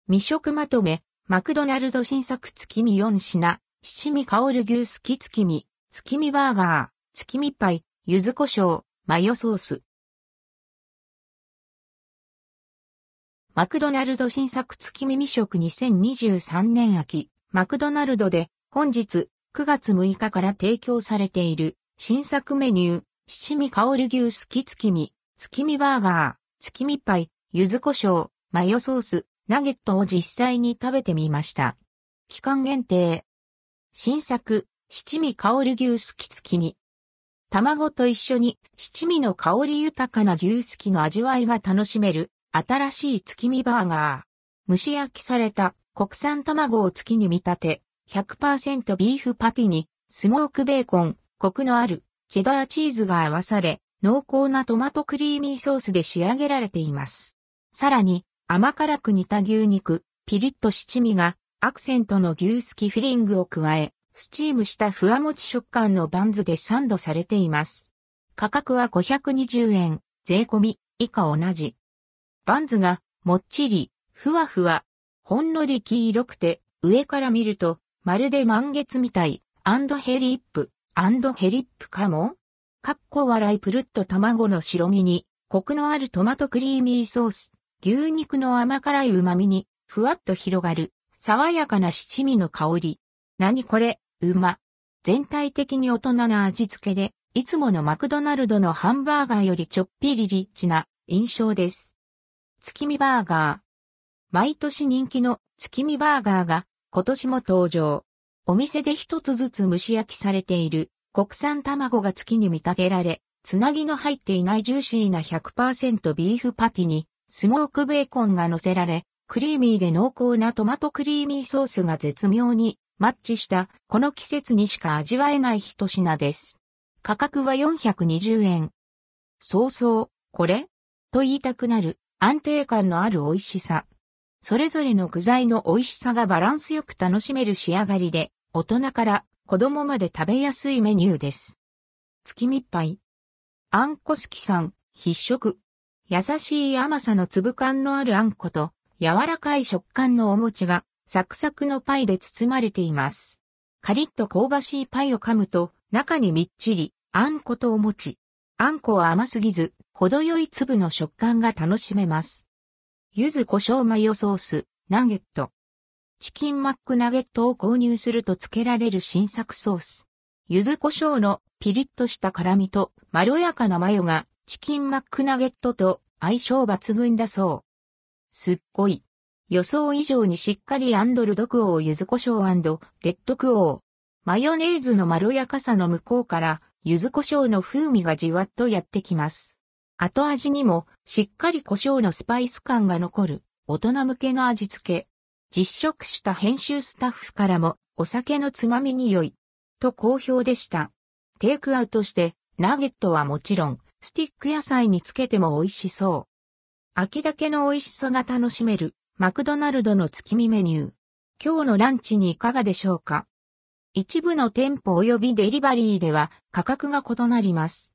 未食まとめ、マクドナルド新作月見4品、七味香る牛すき月見、月見バーガー、月見パイ、柚子胡椒、マヨソース。マクドナルド新作月見未食2023年秋、マクドナルドで本日9月6日から提供されている新作メニュー、七味香る牛すき月見、月見バーガー、月見パイ、柚子胡椒、マヨソース、ナゲットを実際に食べてみました。期間限定。新作、七味香る牛すき月見。卵と一緒に七味の香り豊かな牛すきの味わいが楽しめる新しい月見バーガー。蒸し焼きされた国産卵を月に見立て、100% ビーフパティにスモークベーコン、コクのあるチェダーチーズが合わされ、濃厚なトマトクリーミーソースで仕上げられています。さらに、甘辛く煮た牛肉、ピリッと七味がアクセントの牛すきフィリングを加え、スチームしたふわもち食感のバンズでサンドされています。価格は520円、税込み、以下同じ。バンズがもっちり、ふわふわ、ほんのり黄色くて、上から見ると、まるで満月みたい、ヘリップかも？笑いプルッと卵の白身に、コクのあるトマトクリーミーソース。牛肉の甘辛い旨味に、ふわっと広がる、爽やかな七味の香り。何これ、うま。全体的に大人な味付けで、いつものマクドナルドのハンバーガーよりちょっぴりリッチな印象です。月見バーガー。毎年人気の月見バーガーが今年も登場。お店で一つずつ蒸し焼きされている国産卵が月に見立てられ、つなぎの入っていないジューシーな 100% ビーフパティに、スモークベーコンが乗せられ、クリーミーで濃厚なトマトクリーミーソースが絶妙にマッチしたこの季節にしか味わえない一品です。価格は420円。そう、これ？と言いたくなる安定感のある美味しさ。それぞれの具材の美味しさがバランスよく楽しめる仕上がりで、大人から子供まで食べやすいメニューです。月見パイ。あんこ好きさん、必食。優しい甘さの粒感のあるあんこと、柔らかい食感のお餅が、サクサクのパイで包まれています。カリッと香ばしいパイを噛むと、中にみっちり、あんことお餅。あんこは甘すぎず、程よい粒の食感が楽しめます。柚子胡椒マヨソース、ナゲット。チキンマックナゲットを購入すると付けられる新作ソース。柚子胡椒のピリッとした辛みと、まろやかなマヨが、チキンマックナゲットと相性抜群だそう。すっごい。予想以上にしっかりルドクオー柚子胡椒&レッドクオー。マヨネーズのまろやかさの向こうから柚子胡椒の風味がじわっとやってきます。後味にもしっかり胡椒のスパイス感が残る大人向けの味付け。実食した編集スタッフからもお酒のつまみに良いと好評でした。テイクアウトしてナゲットはもちろんスティック野菜につけても美味しそう。秋だけの美味しさが楽しめるマクドナルドの月見メニュー。今日のランチにいかがでしょうか？一部の店舗及びデリバリーでは価格が異なります。